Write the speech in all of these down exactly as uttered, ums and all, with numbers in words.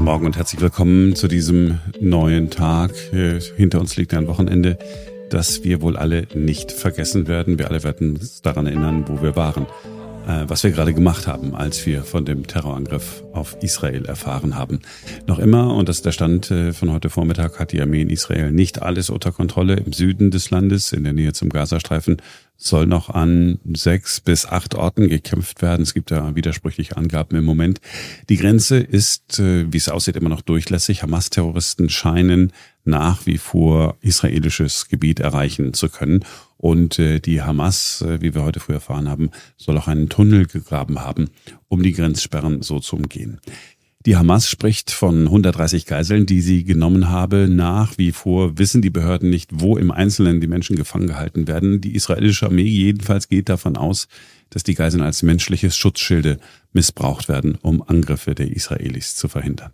Guten Morgen und herzlich willkommen zu diesem neuen Tag. Hinter uns liegt ein Wochenende, das wir wohl alle nicht vergessen werden. Wir alle werden uns daran erinnern, wo wir waren, was wir gerade gemacht haben, als wir von dem Terrorangriff auf Israel erfahren haben. Noch immer, und das ist der Stand von heute Vormittag, hat die Armee in Israel nicht alles unter Kontrolle. Im Süden des Landes, in der Nähe zum Gazastreifen, soll noch an sechs bis acht Orten gekämpft werden. Es gibt da widersprüchliche Angaben im Moment. Die Grenze ist, wie es aussieht, immer noch durchlässig. Hamas-Terroristen scheinen nach wie vor israelisches Gebiet erreichen zu können. Und die Hamas, wie wir heute früh erfahren haben, soll auch einen Tunnel gegraben haben, um die Grenzsperren so zu umgehen. Die Hamas spricht von hundertdreißig Geiseln, die sie genommen habe. Nach wie vor wissen die Behörden nicht, wo im Einzelnen die Menschen gefangen gehalten werden. Die israelische Armee jedenfalls geht davon aus, dass die Geiseln als menschliches Schutzschilde missbraucht werden, um Angriffe der Israelis zu verhindern.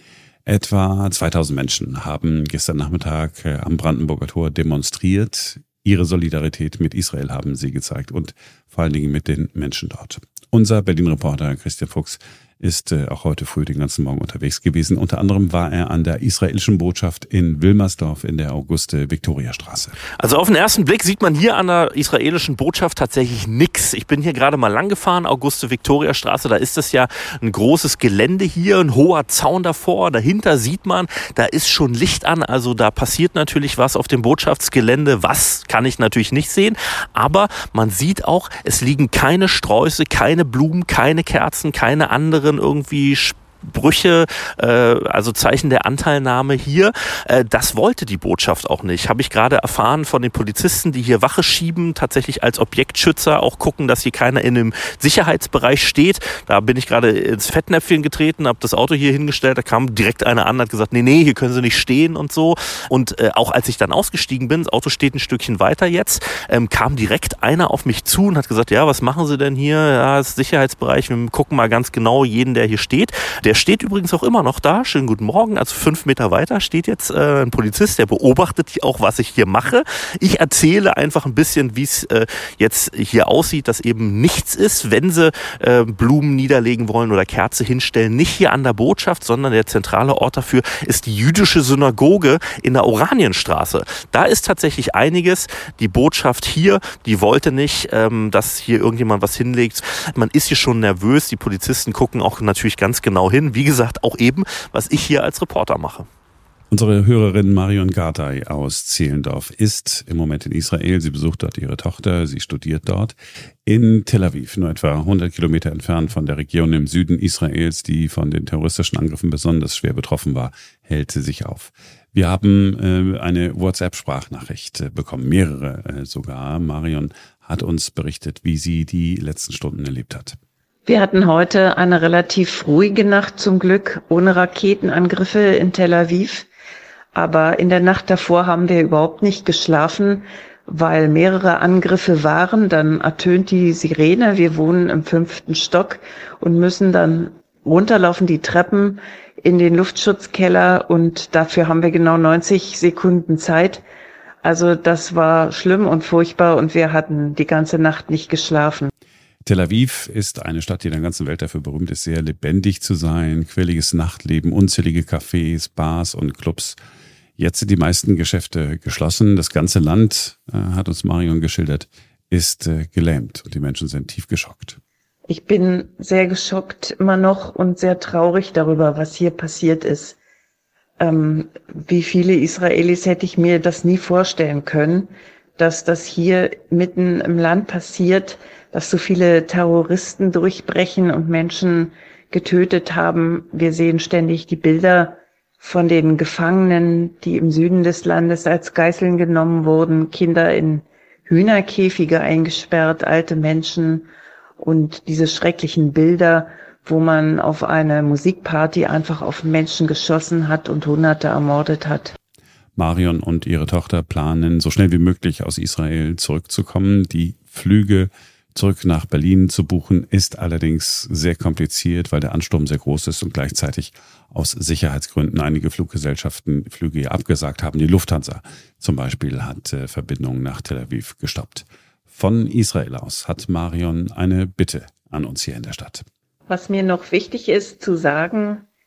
Etwa zweitausend Menschen haben gestern Nachmittag am Brandenburger Tor demonstriert. Ihre Solidarität mit Israel haben sie gezeigt und vor allen Dingen mit den Menschen dort. Unser Berlin-Reporter Christian Fuchs ist äh, auch heute früh den ganzen Morgen unterwegs gewesen. Unter anderem war er an der israelischen Botschaft in Wilmersdorf in der Auguste-Viktoria-Straße. Also auf den ersten Blick sieht man hier an der israelischen Botschaft tatsächlich nichts. Ich bin hier gerade mal lang gefahren, Auguste-Viktoria-Straße, da ist das ja ein großes Gelände hier, ein hoher Zaun davor. Dahinter sieht man, da ist schon Licht an, also da passiert natürlich was auf dem Botschaftsgelände. Was, kann ich natürlich nicht sehen, aber man sieht auch, es liegen keine Sträuße, keine Blumen, keine Kerzen, keine anderen irgendwie Brüche, äh, also Zeichen der Anteilnahme hier. Äh, das wollte die Botschaft auch nicht. Habe ich gerade erfahren von den Polizisten, die hier Wache schieben, tatsächlich als Objektschützer auch gucken, dass hier keiner in dem Sicherheitsbereich steht. Da bin ich gerade ins Fettnäpfchen getreten, habe das Auto hier hingestellt, da kam direkt einer an, hat gesagt, nee, nee, hier können Sie nicht stehen und so. Und äh, auch als ich dann ausgestiegen bin, das Auto steht ein Stückchen weiter jetzt, ähm, kam direkt einer auf mich zu und hat gesagt, ja, was machen Sie denn hier? Ja, das ist Sicherheitsbereich, wir gucken mal ganz genau jeden, der hier steht. Der steht übrigens auch immer noch da. Schönen guten Morgen. Also fünf Meter weiter steht jetzt äh, ein Polizist, der beobachtet auch, was ich hier mache. Ich erzähle einfach ein bisschen, wie es äh, jetzt hier aussieht, dass eben nichts ist, wenn sie äh, Blumen niederlegen wollen oder Kerze hinstellen. Nicht hier an der Botschaft, sondern der zentrale Ort dafür ist die jüdische Synagoge in der Oranienstraße. Da ist tatsächlich einiges. Die Botschaft hier, die wollte nicht, ähm, dass hier irgendjemand was hinlegt. Man ist hier schon nervös. Die Polizisten gucken auch natürlich ganz genau hin. Wie gesagt, auch eben, was ich hier als Reporter mache. Unsere Hörerin Marion Gardai aus Zehlendorf ist im Moment in Israel. Sie besucht dort ihre Tochter, sie studiert dort. In Tel Aviv, nur etwa hundert Kilometer entfernt von der Region im Süden Israels, die von den terroristischen Angriffen besonders schwer betroffen war, hält sie sich auf. Wir haben äh, eine WhatsApp-Sprachnachricht äh, bekommen, mehrere äh, sogar. Marion hat uns berichtet, wie sie die letzten Stunden erlebt hat. Wir hatten heute eine relativ ruhige Nacht zum Glück, ohne Raketenangriffe in Tel Aviv. Aber in der Nacht davor haben wir überhaupt nicht geschlafen, weil mehrere Angriffe waren. Dann ertönt die Sirene. Wir wohnen im fünften Stock und müssen dann runterlaufen, die Treppen in den Luftschutzkeller. Und dafür haben wir genau neunzig Sekunden Zeit. Also das war schlimm und furchtbar und wir hatten die ganze Nacht nicht geschlafen. Tel Aviv ist eine Stadt, die in der ganzen Welt dafür berühmt ist, sehr lebendig zu sein, quirliges Nachtleben, unzählige Cafés, Bars und Clubs. Jetzt sind die meisten Geschäfte geschlossen. Das ganze Land, äh, hat uns Marion geschildert, ist äh, gelähmt und die Menschen sind tief geschockt. Ich bin sehr geschockt immer noch und sehr traurig darüber, was hier passiert ist. Ähm, wie viele Israelis hätte ich mir das nie vorstellen können, dass das hier mitten im Land passiert, dass so viele Terroristen durchbrechen und Menschen getötet haben. Wir sehen ständig die Bilder von den Gefangenen, die im Süden des Landes als Geiseln genommen wurden, Kinder in Hühnerkäfige eingesperrt, alte Menschen und diese schrecklichen Bilder, wo man auf eine Musikparty einfach auf Menschen geschossen hat und Hunderte ermordet hat. Marion und ihre Tochter planen, so schnell wie möglich aus Israel zurückzukommen. Die Flüge zurück nach Berlin zu buchen, ist allerdings sehr kompliziert, weil der Ansturm sehr groß ist und gleichzeitig aus Sicherheitsgründen einige Fluggesellschaften Flüge abgesagt haben. Die Lufthansa zum Beispiel hat äh, Verbindungen nach Tel Aviv gestoppt. Von Israel aus hat Marion eine Bitte an uns hier in der Stadt. Was mir noch wichtig ist zu sagen,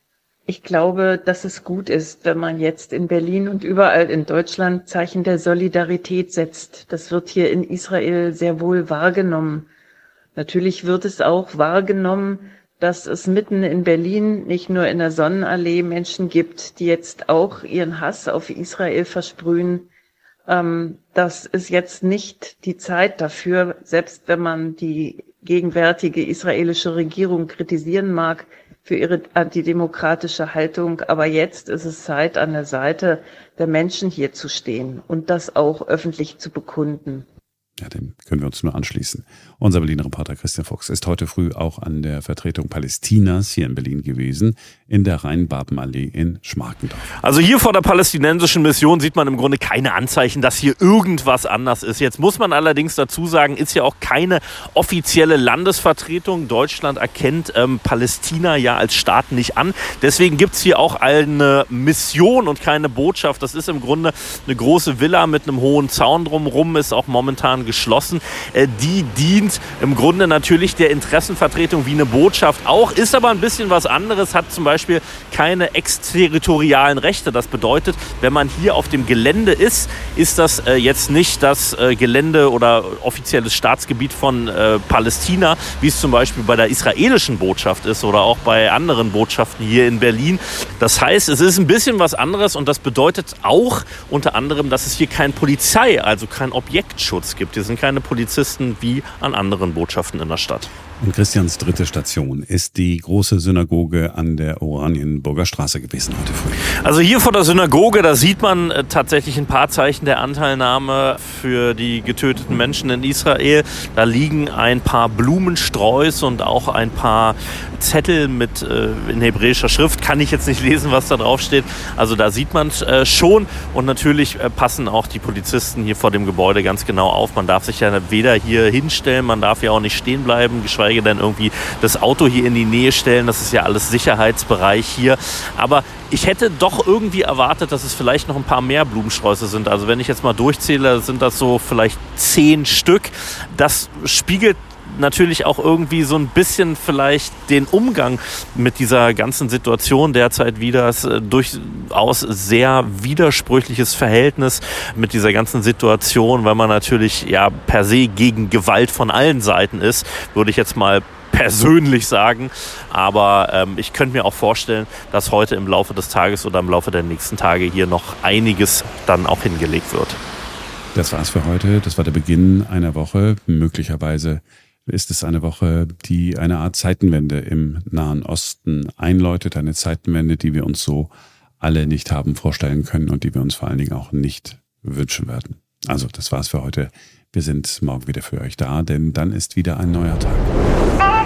Ich glaube, dass es gut ist, wenn man jetzt in Berlin und überall in Deutschland Zeichen der Solidarität setzt. Das wird hier in Israel sehr wohl wahrgenommen. Natürlich wird es auch wahrgenommen, dass es mitten in Berlin, nicht nur in der Sonnenallee, Menschen gibt, die jetzt auch ihren Hass auf Israel versprühen. Ähm, das ist jetzt nicht die Zeit dafür, selbst wenn man die gegenwärtige israelische Regierung kritisieren mag, für ihre antidemokratische Haltung. Aber jetzt ist es Zeit, an der Seite der Menschen hier zu stehen und das auch öffentlich zu bekunden. Ja, dem können wir uns nur anschließen. Unser Berliner Reporter Christian Fuchs ist heute früh auch an der Vertretung Palästinas hier in Berlin gewesen, in der Rhein-Baben-Allee in Schmarkendorf. Also hier vor der palästinensischen Mission sieht man im Grunde keine Anzeichen, dass hier irgendwas anders ist. Jetzt muss man allerdings dazu sagen, ist ja auch keine offizielle Landesvertretung. Deutschland erkennt ähm, Palästina ja als Staat nicht an. Deswegen gibt's hier auch eine Mission und keine Botschaft. Das ist im Grunde eine große Villa mit einem hohen Zaun drumherum, ist auch momentan geschlossen. Äh, die dient im Grunde natürlich der Interessenvertretung wie eine Botschaft auch, ist aber ein bisschen was anderes, hat zum Beispiel keine exterritorialen Rechte. Das bedeutet, wenn man hier auf dem Gelände ist, ist das äh, jetzt nicht das äh, Gelände oder offizielles Staatsgebiet von äh, Palästina, wie es zum Beispiel bei der israelischen Botschaft ist oder auch bei anderen Botschaften hier in Berlin. Das heißt, es ist ein bisschen was anderes und das bedeutet auch unter anderem, dass es hier keine Polizei, also keinen Objektschutz gibt. Hier sind keine Polizisten wie an anderen Botschaften in der Stadt. Und Christians dritte Station ist die große Synagoge an der Oranienburger Straße gewesen heute früh. Also hier vor der Synagoge, da sieht man äh, tatsächlich ein paar Zeichen der Anteilnahme für die getöteten Menschen in Israel. Da liegen ein paar Blumensträuße und auch ein paar Zettel mit äh, in hebräischer Schrift. Kann ich jetzt nicht lesen, was da drauf steht. Also da sieht man es äh, schon. Und natürlich äh, passen auch die Polizisten hier vor dem Gebäude ganz genau auf. Man darf sich ja weder hier hinstellen, man darf ja auch nicht stehen bleiben, geschweige denn irgendwie das Auto hier in die Nähe stellen. Das ist ja alles Sicherheitsbereich hier. Aber ich hätte doch irgendwie erwartet, dass es vielleicht noch ein paar mehr Blumensträuße sind. Also wenn ich jetzt mal durchzähle, sind das so vielleicht zehn Stück. Das spiegelt natürlich auch irgendwie so ein bisschen vielleicht den Umgang mit dieser ganzen Situation derzeit wieder. Das ist durchaus sehr widersprüchliches Verhältnis mit dieser ganzen Situation, weil man natürlich ja per se gegen Gewalt von allen Seiten ist, würde ich jetzt mal persönlich sagen. Aber ähm, ich könnte mir auch vorstellen, dass heute im Laufe des Tages oder im Laufe der nächsten Tage hier noch einiges dann auch hingelegt wird. Das war's für heute. Das war der Beginn einer Woche. Möglicherweise ist es eine Woche, die eine Art Zeitenwende im Nahen Osten einläutet. Eine Zeitenwende, die wir uns so alle nicht haben vorstellen können und die wir uns vor allen Dingen auch nicht wünschen werden. Also das war's für heute. Wir sind morgen wieder für euch da, denn dann ist wieder ein neuer Tag.